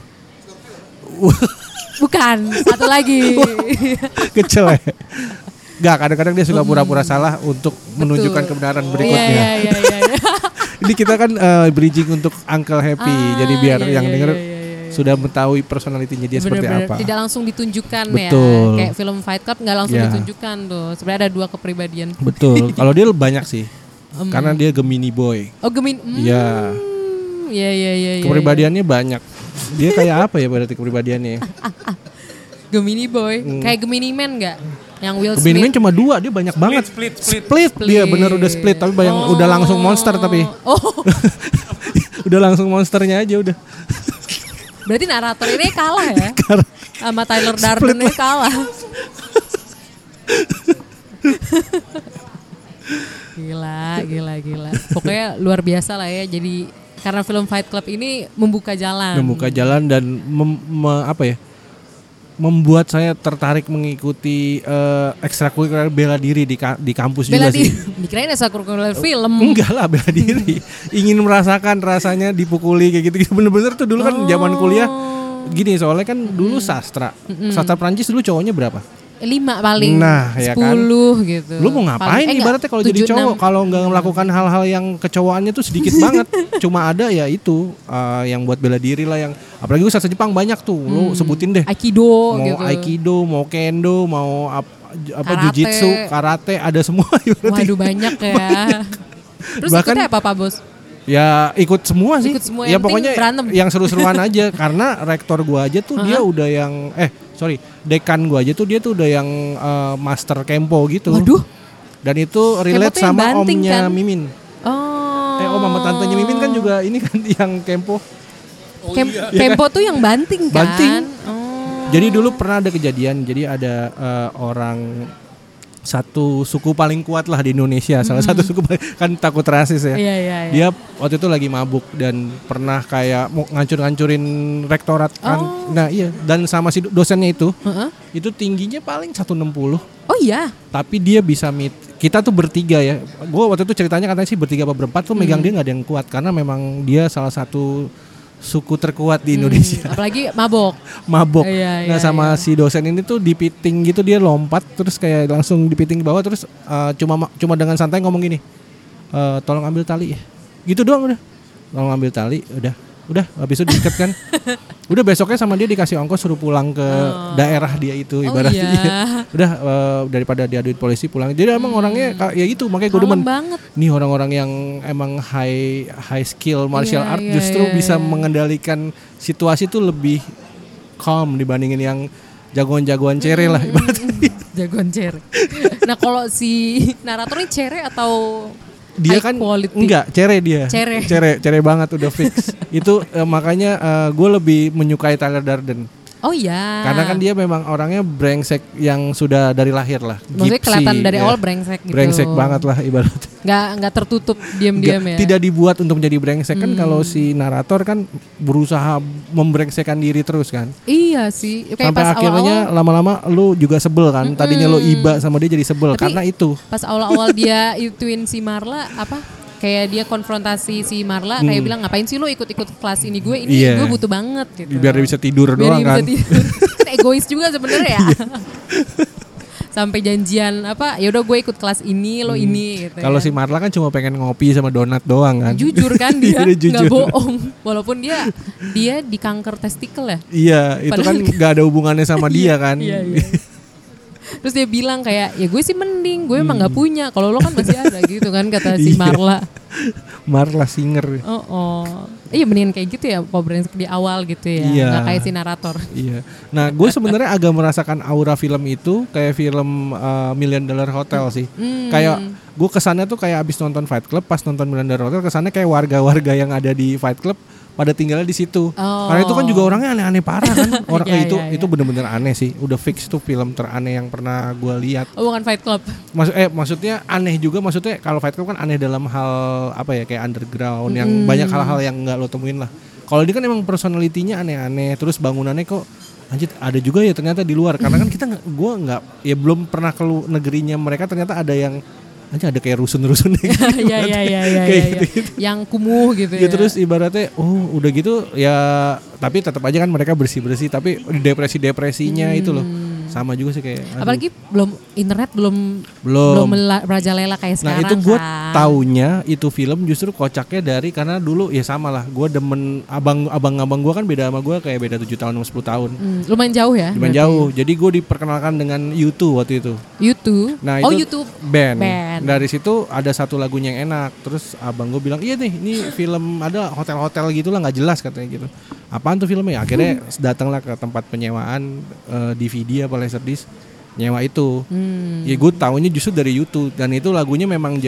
Bukan, satu lagi. Kecil ya. Gak, kadang-kadang dia suka pura-pura salah untuk menunjukkan kebenaran berikutnya. Iya. Ini kita kan bridging untuk Uncle Happy. Jadi biar yang denger sudah mengetahui personalitinya dia seperti Bener-bener apa. tidak langsung ditunjukkan Betul. ya. Kayak film Fight Club nggak langsung Ya. ditunjukkan tuh. Sebenarnya ada dua kepribadian. Betul. Kalau dia banyak sih. Karena dia Gemini boy. Oh, Gemini. Iya. Iya. Kepribadiannya banyak. Dia kayak apa ya berarti kepribadiannya? Gemini boy. Kayak Gemini Man nggak? Yang Will Gemini Man Smith. cuma 2, dia banyak banget. Split. Dia bener udah split tapi udah langsung monster tapi. Oh, Udah langsung monsternya aja udah. berarti narator ini kalah ya? Sama Tyler Durden kalah. Gila. Pokoknya luar biasa lah ya. Jadi karena film Fight Club ini membuka jalan. Dan membuat saya tertarik mengikuti ekstrakurikuler bela diri di kampus Bela juga diri. sih. Dikirain ekstrakurikuler film. Enggak lah, bela diri. Ingin merasakan rasanya dipukuli kayak gitu. Bener-bener tuh dulu kan zaman kuliah gini, soalnya kan dulu sastra Prancis dulu cowoknya berapa? 5 paling. Nah, ya 10 kan? gitu. Lu mau ngapain ibaratnya kalau jadi cowok kalau nggak melakukan hal-hal yang kecowokannya tuh sedikit banget. Cuma ada ya itu yang buat bela diri lah, yang apalagi gue sastra Jepang banyak tuh. Lu sebutin deh. Aikido Mau gitu. Aikido, mau Kendo, mau apa Karate. Jujitsu, karate, ada semua. Waduh, banyak ya. Terus Bahkan- ikutnya apa Pak Bos? Ya ikut semua sih. Ikut semua, Ya yang penting pokoknya berantem. yang seru-seruan aja. Karena rektor gua aja tuh dia udah yang dekan gua aja tuh dia tuh udah yang master kempo gitu. Waduh. Dan itu relate Kempo tuh yang sama banting, omnya kan? Mimin. Oh. Om sama tantenya Mimin kan juga ini kan yang kempo. Kempo tuh yang banting kan? Banting. Oh. Jadi dulu pernah ada kejadian. Jadi ada orang satu suku paling kuat lah di Indonesia. Salah satu suku kan takut rasis ya. Iya. Dia waktu itu lagi mabuk dan pernah kayak mau ngancur-ngancurin rektorat kan. Nah iya, dan sama si dosennya itu itu tingginya paling 160. Oh iya. Tapi dia bisa kita tuh bertiga ya. Gue waktu itu ceritanya katanya sih bertiga apa berempat tuh megang dia nggak ada yang kuat karena memang dia salah satu suku terkuat di Indonesia. Apalagi mabok. Mabok. Iya, Nah iya, sama si dosen ini tuh dipiting gitu, dia lompat terus kayak langsung dipiting ke bawah terus cuma dengan santai ngomong gini, tolong ambil tali ya. Gitu doang udah. Tolong ambil tali, udah habis itu diikat kan. Udah besoknya sama dia dikasih ongkos suruh pulang ke daerah dia itu ibaratnya. Iya. Udah daripada diaduin polisi pulang. Jadi emang orangnya ya gitu, makanya gue demen. banget. Nih orang-orang yang emang high skill martial art justru bisa mengendalikan situasi tuh lebih calm dibandingin yang jagoan-jagoan cere lah ibaratnya. Jagoan cere. Nah kalau si narator ini cere atau dia high kan quality. enggak, cere dia. Cere banget udah fix. Itu makanya gue lebih menyukai Tyler Durden. Oh iya. Karena kan dia memang orangnya brengsek yang sudah dari lahir lah. Maksudnya kelihatan dari awal brengsek gitu. Brengsek banget lah ibaratnya. Nggak tertutup diam-diam ya. Tidak dibuat untuk menjadi brengsek kan. Kalau si narator kan berusaha membrengsekkan diri terus kan. Iya sih. Kayak sampai pas akhirnya awal-awal, lama-lama lu juga sebel kan. Tadinya lu iba sama dia jadi sebel. Tapi karena itu. Pas awal-awal dia ituin si Marla kayak dia konfrontasi si Marla kayak bilang ngapain sih lo ikut-ikut kelas ini gue gue butuh banget gitu. Biar dia bisa tidur doang kan. Kan egois juga sebenarnya ya. Sampai janjian ya udah gue ikut kelas ini lo ini gitu. Kalau si Marla kan cuma pengen ngopi sama donat doang kan. Jujur kan dia jujur. Gak bohong. Walaupun dia di kanker testikel ya. Iya itu kan gak ada hubungannya sama dia kan. Iya. Terus dia bilang kayak ya gue sih mending gue emang nggak punya kalau lo kan masih ada gitu kan kata si Marla. Marla Singer. Iya mendingan kayak gitu ya brengsek di awal gitu ya. Iya. Nggak kayak si narator. Iya. Nah gue sebenarnya agak merasakan aura film itu kayak film $1 Million Hotel sih. Kayak gue kesannya tuh kayak abis nonton Fight Club, pas nonton $1 Million Hotel kesannya kayak warga-warga yang ada di Fight Club pada tinggalnya di situ. Karena itu kan juga orangnya aneh-aneh parah kan. Itu bener-bener aneh sih. Udah fix tuh film teraneh yang pernah gue lihat. Bukan Fight Club. Maksudnya aneh juga. Maksudnya kalau Fight Club kan aneh dalam hal kayak underground yang banyak hal-hal yang nggak lo temuin lah. Kalau dia kan emang personalitinya aneh-aneh. Terus bangunannya kok anjir ada juga ya ternyata di luar. Karena kan gue nggak belum pernah ke negerinya mereka, ternyata ada yang aja ada kayak rusun-rusun gitu. Iya. Yang kumuh gitu ya. Terus ibaratnya udah gitu ya, tapi tetap aja kan mereka bersih-bersih, tapi depresi-depresinya itu loh. Sama juga sih kayak apalagi internet belum merajalela kayak sekarang. Nah itu gue taunya itu film justru kocaknya karena dulu ya sama lah, gue demen abang-abang gue kan beda sama gue kayak beda 7 tahun sama 10 tahun. Lumayan jauh ya. Lumayan jauh. Jadi gue diperkenalkan dengan U2 waktu itu. U2. Nah itu U2 band. Dari situ ada satu lagunya yang enak. Terus abang gue bilang iya nih ini film ada hotel-hotel gitu lah, nggak jelas katanya gitu. Apaan tuh filmnya? Akhirnya datanglah ke tempat penyewaan DVD apa laserdisc, nyewa itu. Ya gue taunya justru dari YouTube, dan itu lagunya memang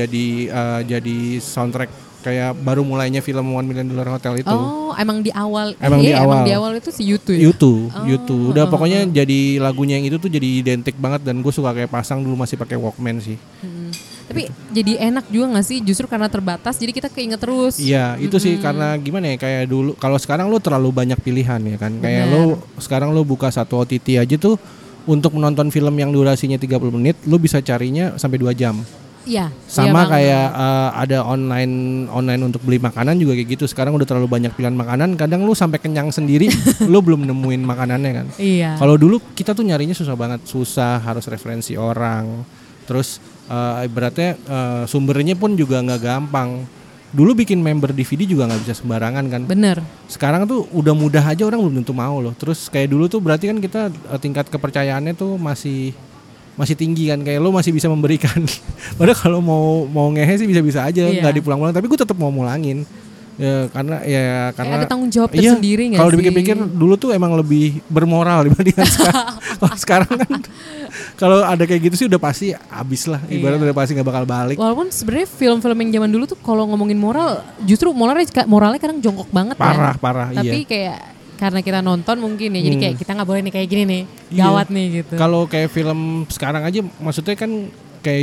jadi soundtrack kayak baru mulainya film $1 Million Hotel itu. Emang di awal. Emang di awal itu si YouTube ya? YouTube. Udah pokoknya jadi lagunya yang itu tuh jadi identik banget, dan gue suka kayak pasang dulu masih pakai Walkman sih. Tapi jadi enak juga gak sih justru karena terbatas jadi kita keinget terus. Iya itu sih karena gimana ya, kayak dulu kalau sekarang lo terlalu banyak pilihan ya kan. Kayak lo sekarang lo buka satu OTT aja tuh untuk menonton film yang durasinya 30 menit lo bisa carinya sampai 2 jam. Iya. Sama kayak ada online untuk beli makanan juga kayak gitu. Sekarang udah terlalu banyak pilihan makanan, kadang lu sampai kenyang sendiri lu belum nemuin makanannya kan. Iya. Kalau dulu kita tuh nyarinya susah, harus referensi orang. Terus ibaratnya sumbernya pun juga nggak gampang. Dulu bikin member DVD juga nggak bisa sembarangan kan. Bener. Sekarang tuh udah mudah aja, orang belum tentu mau loh. Terus kayak dulu tuh berarti kan kita tingkat kepercayaannya tuh masih tinggi kan, kayak lo masih bisa memberikan. Padahal kalau mau ngehe sih bisa aja nggak dipulang-pulang, tapi gue tetap mau mulangin. Karena ada tanggung jawab tersendiri nggak sih? Kalau dipikir-pikir dulu tuh emang lebih bermoral dibandingkan sekarang. Kalau sekarang kan kalau ada kayak gitu sih udah pasti habis lah, ibaratnya udah pasti nggak bakal balik. Walaupun sebenarnya film-film yang zaman dulu tuh kalau ngomongin moral, justru moralnya kadang jongkok banget. Parah. Tapi kayak karena kita nonton mungkin ya, jadi kayak kita nggak boleh nih kayak gini nih, gawat nih gitu. Kalau kayak film sekarang aja, maksudnya kan kayak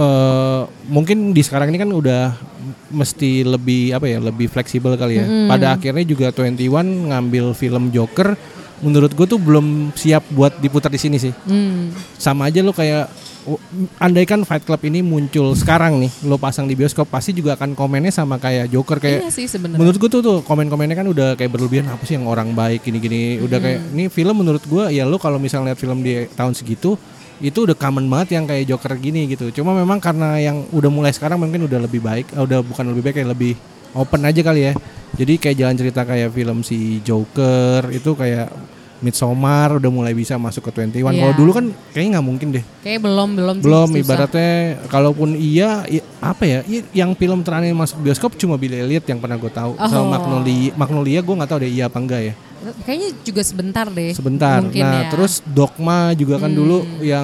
mungkin di sekarang ini kan udah mesti lebih lebih fleksibel kali ya. Pada akhirnya juga 21 ngambil film Joker, menurut gue tuh belum siap buat diputar di sini sih. Sama aja lo kayak andaikan Fight Club ini muncul sekarang nih, lo pasang di bioskop pasti juga akan komennya sama kayak Joker kayak. Iya sih sebenarnya. Menurut gue tuh komen-komennya kan udah kayak berlebihan, apa sih yang orang baik gini-gini. Udah kayak ini film menurut gue ya, lo kalau misalnya lihat film di tahun segitu itu udah common banget yang kayak Joker gini gitu. Cuma memang karena yang udah mulai sekarang mungkin udah lebih baik, udah bukan lebih baik, kayak lebih open aja kali ya. Jadi kayak jalan cerita kayak film si Joker itu kayak Midsommar udah mulai bisa masuk ke 21. Kalau dulu kan kayaknya nggak mungkin deh. Kayak belum ibaratnya kalaupun yang film terakhir masuk bioskop cuma Billy Elliot yang pernah gue tahu. Sama Magnolia gue nggak tahu deh iya apa enggak ya. Kayaknya juga sebentar deh. Sebentar. Mungkin nah ya. Terus Dogma juga kan dulu yang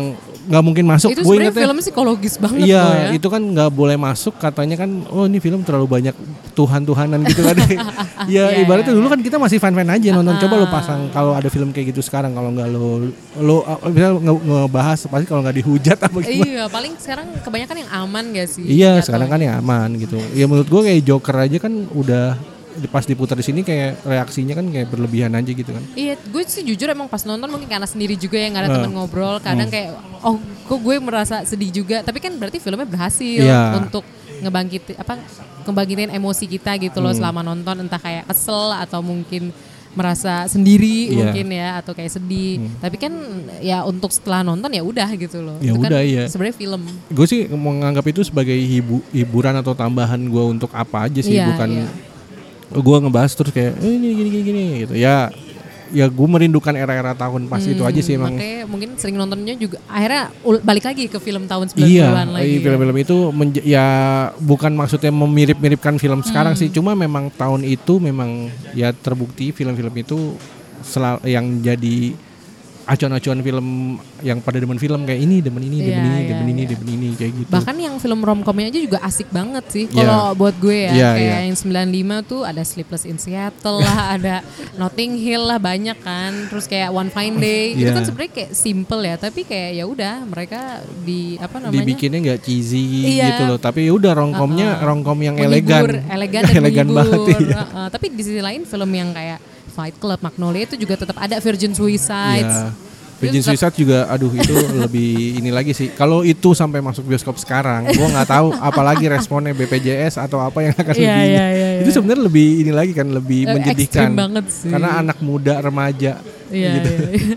nggak mungkin masuk. Itu Gue sebenarnya ingetnya film psikologis banget iya, loh ya. itu kan nggak boleh masuk katanya kan. Oh ini film terlalu banyak Tuhan-Tuhanan gitu kan. Ya Iya, ibaratnya iya, dulu kan kita masih fan-fan aja nonton. Coba lo pasang kalau ada film kayak gitu sekarang, kalau nggak lo bisa ngebahas pasti kalau nggak dihujat apa gimana. Iya, paling sekarang kebanyakan yang aman gak sih? Iya, Jatuh. sekarang kan yang aman gitu. Ya menurut gue kayak Joker aja kan udah pas diputar di sini kayak reaksinya kan kayak berlebihan aja gitu kan. Iya, gue sih jujur emang pas nonton mungkin karena sendiri juga ya, nggak ada teman ngobrol. Kadang kayak, oh kok gue merasa sedih juga. Tapi kan berarti filmnya berhasil untuk ngebangkitin emosi kita gitu loh selama nonton. Entah kayak kesel atau mungkin merasa sendiri mungkin ya, atau kayak sedih. Tapi kan ya untuk setelah nonton ya udah gitu loh. Ya itu udah, kan iya. Sebenarnya film. Gue sih menganggap itu sebagai hiburan atau tambahan gue untuk apa aja sih, bukan gue ngebahas terus kayak gini gitu. Ya gue merindukan era-era tahun pas itu aja sih emang. Makanya mungkin sering nontonnya juga akhirnya balik lagi ke film tahun 90-an iya, lagi. Film-film itu ya bukan maksudnya memirip-miripkan film sekarang sih, cuma memang tahun itu memang ya terbukti film-film itu yang jadi acuan-acuan film yang pada demen film kayak ini, demen ini kayak gitu. Bahkan yang film romcomnya aja juga asik banget sih kalau buat gue ya. Kayak yang 95 tuh ada Sleepless in Seattle lah, ada Notting Hill lah, banyak kan. Terus kayak One Fine Day itu kan sebenarnya kayak simple ya, tapi kayak ya udah mereka dibikinnya nggak cheesy gitu loh. Tapi ya udah romcom yang elegan dan banget. Tapi di sisi lain film yang kayak Fight Club, Magnolia itu juga tetap ada. Virgin Suicides. Virgin Suicide juga, aduh itu lebih ini lagi sih. Kalau itu sampai masuk bioskop sekarang, gue nggak tahu apalagi responnya BPJS atau apa yang akan itu sebenarnya lebih ini lagi kan, lebih menjadikan banget sih. Karena anak muda remaja. Gitu.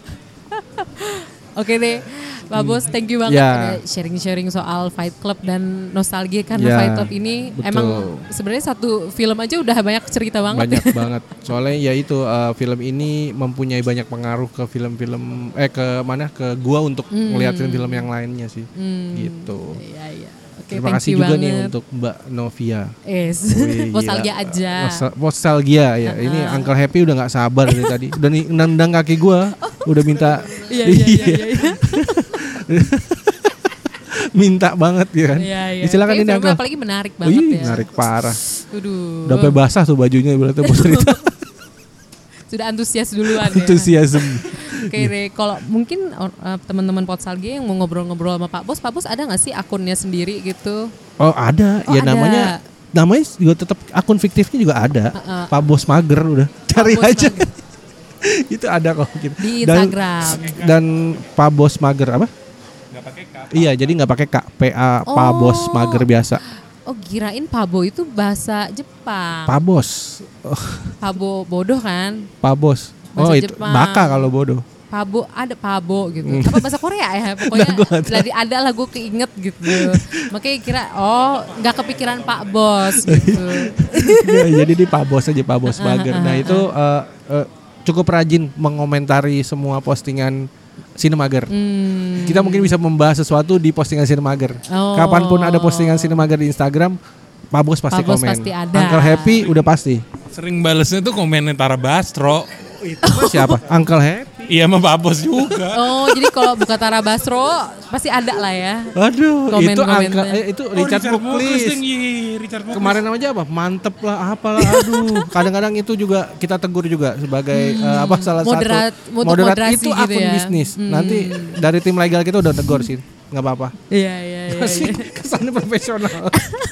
Oke deh, Pak Bos, thank you banget udah sharing-sharing soal Fight Club dan nostalgia karena Fight Club ini emang sebenarnya satu film aja udah banyak cerita banget. Banyak banget. Soalnya ya itu film ini mempunyai banyak pengaruh ke film-film ke gua untuk melihat film-film yang lainnya sih. Gitu. Iya. Okay, terima kasih juga nih untuk Mbak Novia. Nostalgia aja. Nostalgia ya. Ini Uncle Happy udah nggak sabar dari tadi. Udah nendang kaki gua, udah minta. Iya. Minta banget ya kan. Iya. Silakan ini Uncle. Apalagi menarik banget ya. Menarik parah. Aduh. Udah sampai basah tuh bajunya berarti bos cerita. Sudah antusias duluan ya. Antusiasm. Oke deh, kalau mungkin teman-teman Potsalgia yang mau ngobrol-ngobrol sama Pak Bos ada nggak sih akunnya sendiri gitu? Oh ada, ya ada. namanya juga tetap akun fiktifnya juga ada. Pak Bos Mager udah cari aja. Itu ada kok di Instagram. Dan Pak Bos Mager apa? Nggak pakai K. Iya, jadi nggak pakai K, PA Pak Bos Mager biasa. Oh, kirain Pabo itu bahasa Jepang. Pak Bos. Pabo bodoh kan? Pak Bos. Bahasa itu Jepang. baka kalau bodoh. Pabo, ada Pabo gitu. Apa bahasa Korea ya? Pokoknya lagi ada lah, gue keinget gitu. Makanya kira nggak kepikiran Pak Bos gitu. Jadi di Pak Bos aja, Pak Bos Mager. Nah itu cukup rajin mengomentari semua postingan Cinemager. Kita mungkin bisa membahas sesuatu di postingan Cinemager. Kapanpun ada postingan Cinemager di Instagram, Pak Bos pasti Pak Bos komen. pasti ada. Uncle Happy udah pasti. Sering balesnya tuh komennya Tara Basro. Itu siapa? Uncle Happy. Iya sama Pak Bos juga. Oh, jadi kalau buka Tara Basro pasti ada lah ya. Aduh, itu Richard Muklis. Kemarin namanya apa? Mantep lah, apalah. Aduh, kadang-kadang itu juga kita tegur juga sebagai salah satu moderat itu gitu akun ya. bisnis. Nanti dari tim legal kita udah tegur sih, nggak apa-apa. Iya. Masih kesannya profesional.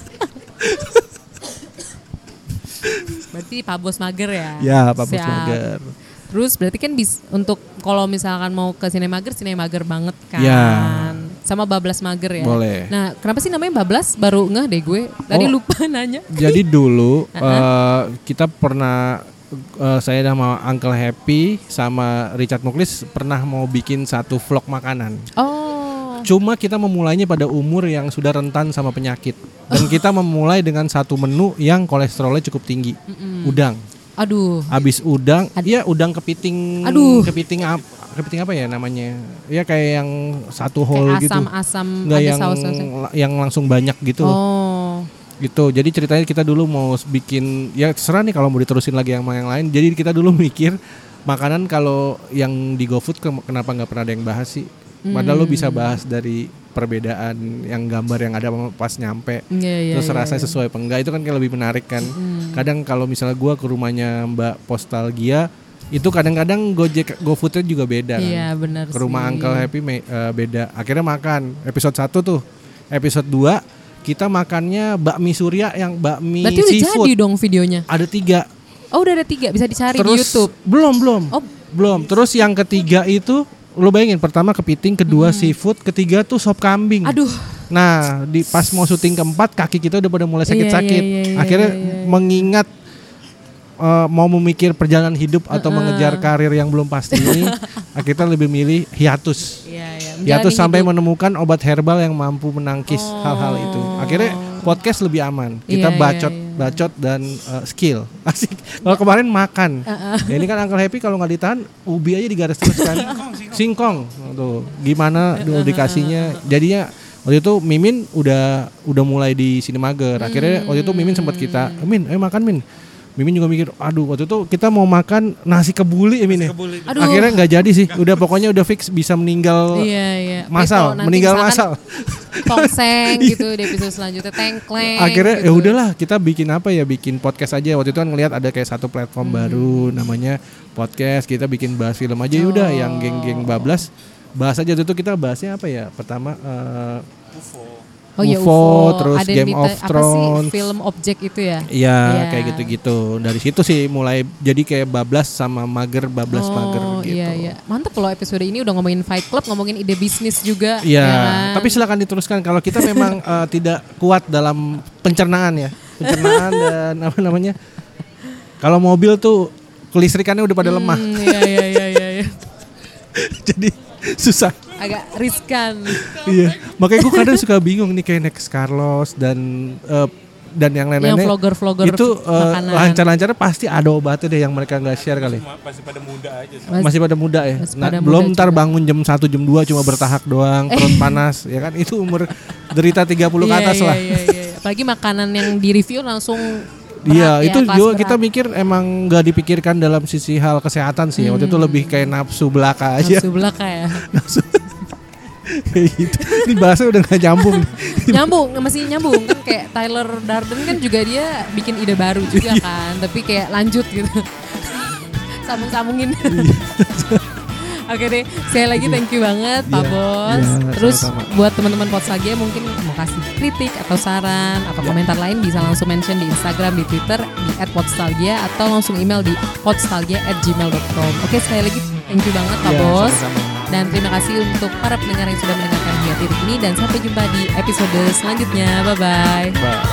Berarti Pak Bos Mager ya? Ya, Pak Bos Mager. Terus berarti kan untuk kalau misalkan mau ke Cinemager banget kan? Ya. Sama Bablas Mager ya? Boleh. Nah, kenapa sih namanya Bablas? Baru ngeh deh gue. Tadi lupa nanya. Jadi dulu kita pernah, saya sama Uncle Happy sama Richard Muklis pernah mau bikin satu vlog makanan. Cuma kita memulainya pada umur yang sudah rentan sama penyakit. Dan kita memulai dengan satu menu yang kolesterolnya cukup tinggi. Udang. Aduh. Abis udang, udang kepiting. Aduh. Kepiting apa ya namanya? Ya kayak yang satu whole kayak gitu. Asam-asam. Nggak ada yang saus-sausnya. Yang langsung banyak gitu. Gitu. Jadi ceritanya kita dulu mau bikin, ya terserah nih kalau mau diterusin lagi yang lain. Jadi kita dulu mikir makanan kalau yang di GoFood kenapa nggak pernah ada yang bahas sih? Padahal lo bisa bahas dari perbedaan yang gambar yang ada pas nyampe, terus rasanya sesuai apa enggak, itu kan kayak lebih menarik kan. Kadang kalau misalnya gue ke rumahnya Mbak Postalgia, itu kadang-kadang GoFoodnya juga beda kan. Iya benar. Ke rumah Uncle Happy beda. Akhirnya makan episode 1 tuh, episode 2 kita makannya bakmi Surya yang bakmi berarti seafood. Berarti udah jadi dong videonya? Ada 3. Oh udah ada 3, bisa dicari terus, di YouTube? Belum. Terus yang ketiga itu lo bayangin, pertama kepiting, kedua seafood, ketiga tuh sop kambing. Aduh. Nah, pas mau syuting keempat kaki kita udah pada mulai sakit-sakit. Akhirnya mengingat mau memikir perjalanan hidup atau mengejar karir yang belum pasti ini, akhirnya lebih milih hiatus. Hiatus sampai menemukan obat herbal yang mampu menangkis hal-hal itu. Akhirnya podcast lebih aman. Kita bacot dan skill. Asik. Kalau kemarin makan. Ya ini kan Uncle Happy kalau nggak ditahan, ubi aja digaris terus kan. Singkong. Tuh, gimana dulu dikasihnya. Jadinya waktu itu Mimin udah mulai di sini mager. Akhirnya waktu itu Mimin sempat kita, Min, ayo makan Min. Mimin juga mikir, aduh waktu itu kita mau makan nasi kebuli ya Min ya. Akhirnya nggak jadi sih. Pokoknya udah fix bisa meninggal massal, meninggal massal. Tongseng gitu di episode selanjutnya, tengkleng. Akhirnya gitu. ya udahlah kita bikin bikin podcast aja. Waktu itu kan ngelihat ada kayak satu platform baru namanya podcast. Kita bikin bahas film aja udah yang geng-geng bablas. Bahas aja itu kita bahasnya apa ya? Pertama UFO, terus ada Game of Thrones, film objek itu ya? Iya, kayak gitu-gitu. Dari situ sih mulai jadi kayak bablas sama mager, bablas mager gitu. Iya. Mantap loh episode ini udah ngomongin Fight Club, ngomongin ide bisnis juga. Iya, kan? tapi silakan diteruskan kalau kita memang tidak kuat dalam pencernaan ya. Pencernaan dan apa namanya? Kalau mobil tuh kelistrikannya udah pada lemah. Iya. Jadi susah. Agak riskan. Iya, makanya gue kadang suka bingung nih kayak Next Carlos dan yang lain-lainnya. Yang vlogger itu lancar-lancarnya pasti ada obatnya deh yang mereka nggak share kali. Masih pada muda aja. Masih pada muda ya. Belum ntar bangun jam 1 jam 2 cuma bertahak doang, perut panas, ya kan itu umur derita 30 ke atas lah. Iya. Apalagi makanan yang di review langsung. Iya, itu juga kita mikir emang nggak dipikirkan dalam sisi hal kesehatan sih. Waktu itu lebih kayak nafsu belaka aja. Nafsu belaka ya. Kayak gitu. Ini bahasa udah gak nyambung. Masih nyambung kan, kayak Tyler Durden kan juga dia bikin ide baru juga kan, tapi kayak lanjut gitu. Sambung-sambungin. Oke deh, sekali lagi thank you banget Pak Bos. Terus sama-sama. Buat teman-teman Podstalgia mungkin mau kasih kritik atau saran atau komentar lain bisa langsung mention di Instagram, di Twitter di @podstalgia atau langsung email di podstalgia@gmail.com. Oke, sekali lagi thank you banget Pak Bos. Sama-sama. Dan terima kasih untuk para pendengar yang sudah mendengarkan hingga titik ini, dan sampai jumpa di episode selanjutnya. Bye-bye.